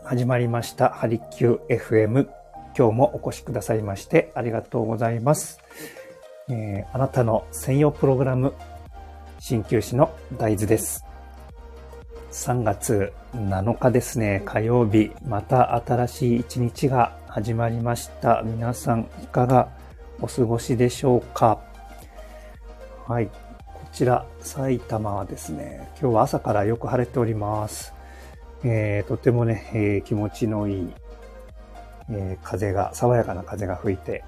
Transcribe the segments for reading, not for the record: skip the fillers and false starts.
始まりましたハリキュー FM。今日もお越しくださいましてありがとうございます。あなたの専用プログラム、鍼灸師の大豆です。3月7日ですね、火曜日、また新しい一日が始まりました。皆さんいかがお過ごしでしょうか。はい、こちら埼玉はですね、今日は朝からよく晴れております。とてもね、気持ちのいい、爽やかな風が吹いて、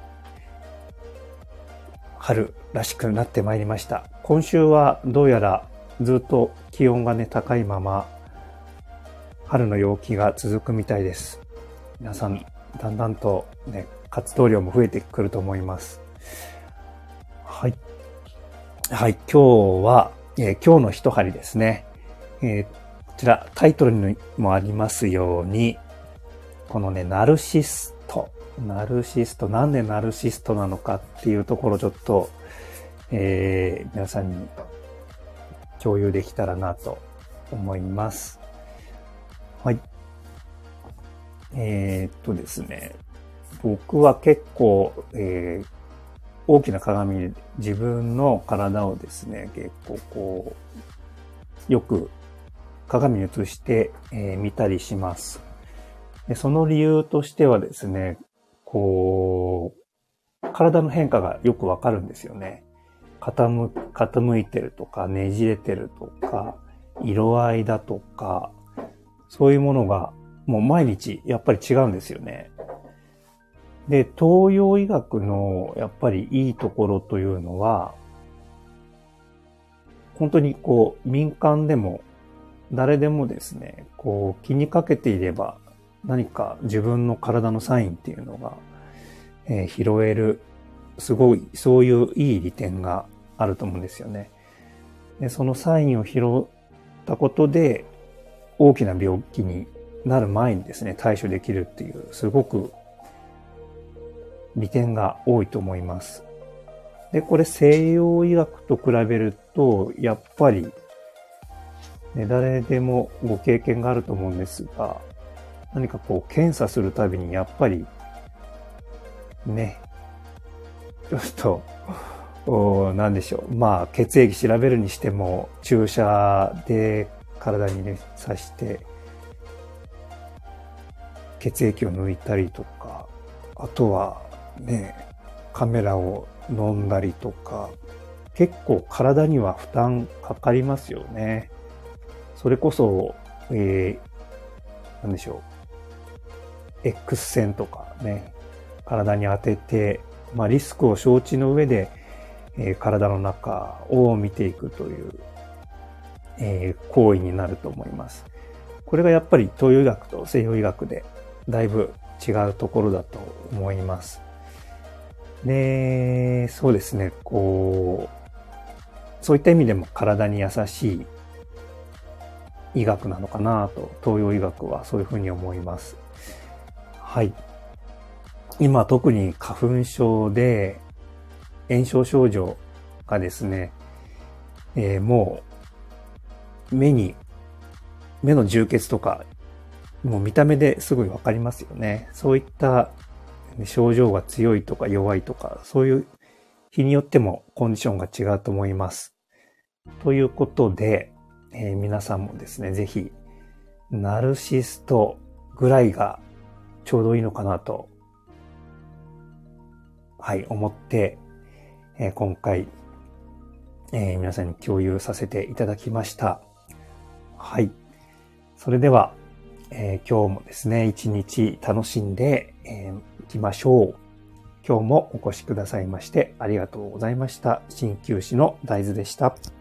春らしくなってまいりました。今週はどうやらずっと気温がね、高いまま、春の陽気が続くみたいです。皆さん、だんだんとね、活動量も増えてくると思います。はい。はい、今日は、今日の一針ですね。こちら、タイトルにもありますように、このね、ナルシスト、なんでナルシストなのかっていうところをちょっと、皆さんに共有できたらなと思います。はい。ですね、僕は結構、大きな鏡で自分の体をですね、結構こう、よく鏡に映して、見たりします。で、その理由としてはですね、こう、体の変化がよくわかるんですよね。傾いてるとか、ねじれてるとか、色合いだとか、そういうものがもう毎日やっぱり違うんですよね。で、東洋医学のやっぱりいいところというのは、本当にこう民間でも誰でもですね、こう気にかけていれば何か自分の体のサインっていうのが、拾える、すごいそういういい利点があると思うんですよね。で、そのサインを拾ったことで大きな病気になる前にですね、対処できるっていうすごく利点が多いと思います。で、これ西洋医学と比べると、やっぱり、ね、誰でもご経験があると思うんですが、何かこう検査するたびにやっぱり、ね、ちょっと、なんでしょう。まあ、血液調べるにしても、注射で体にね、刺して、血液を抜いたりとか、あとは、ね、カメラを飲んだりとか、結構体には負担かかりますよね。それこそ、なんでしょう。X 線とかね、体に当てて、まあリスクを承知の上で、体の中を見ていくという、行為になると思います。これがやっぱり東洋医学と西洋医学でだいぶ違うところだと思います。で、そうですね、こう、そういった意味でも体に優しい医学なのかなと、東洋医学はそういうふうに思います。はい。今特に花粉症で炎症症状がですね、もう目の充血とか、もう見た目ですごいわかりますよね。そういった症状が強いとか弱いとか、そういう日によってもコンディションが違うと思います。ということで、皆さんもですね、ぜひ、ナルシストぐらいがちょうどいいのかなと、はい、思って、今回、皆さんに共有させていただきました。はい。それでは、今日もですね、一日楽しんで、いきましょう。今日もお越しくださいましてありがとうございました。鍼灸師の大豆でした。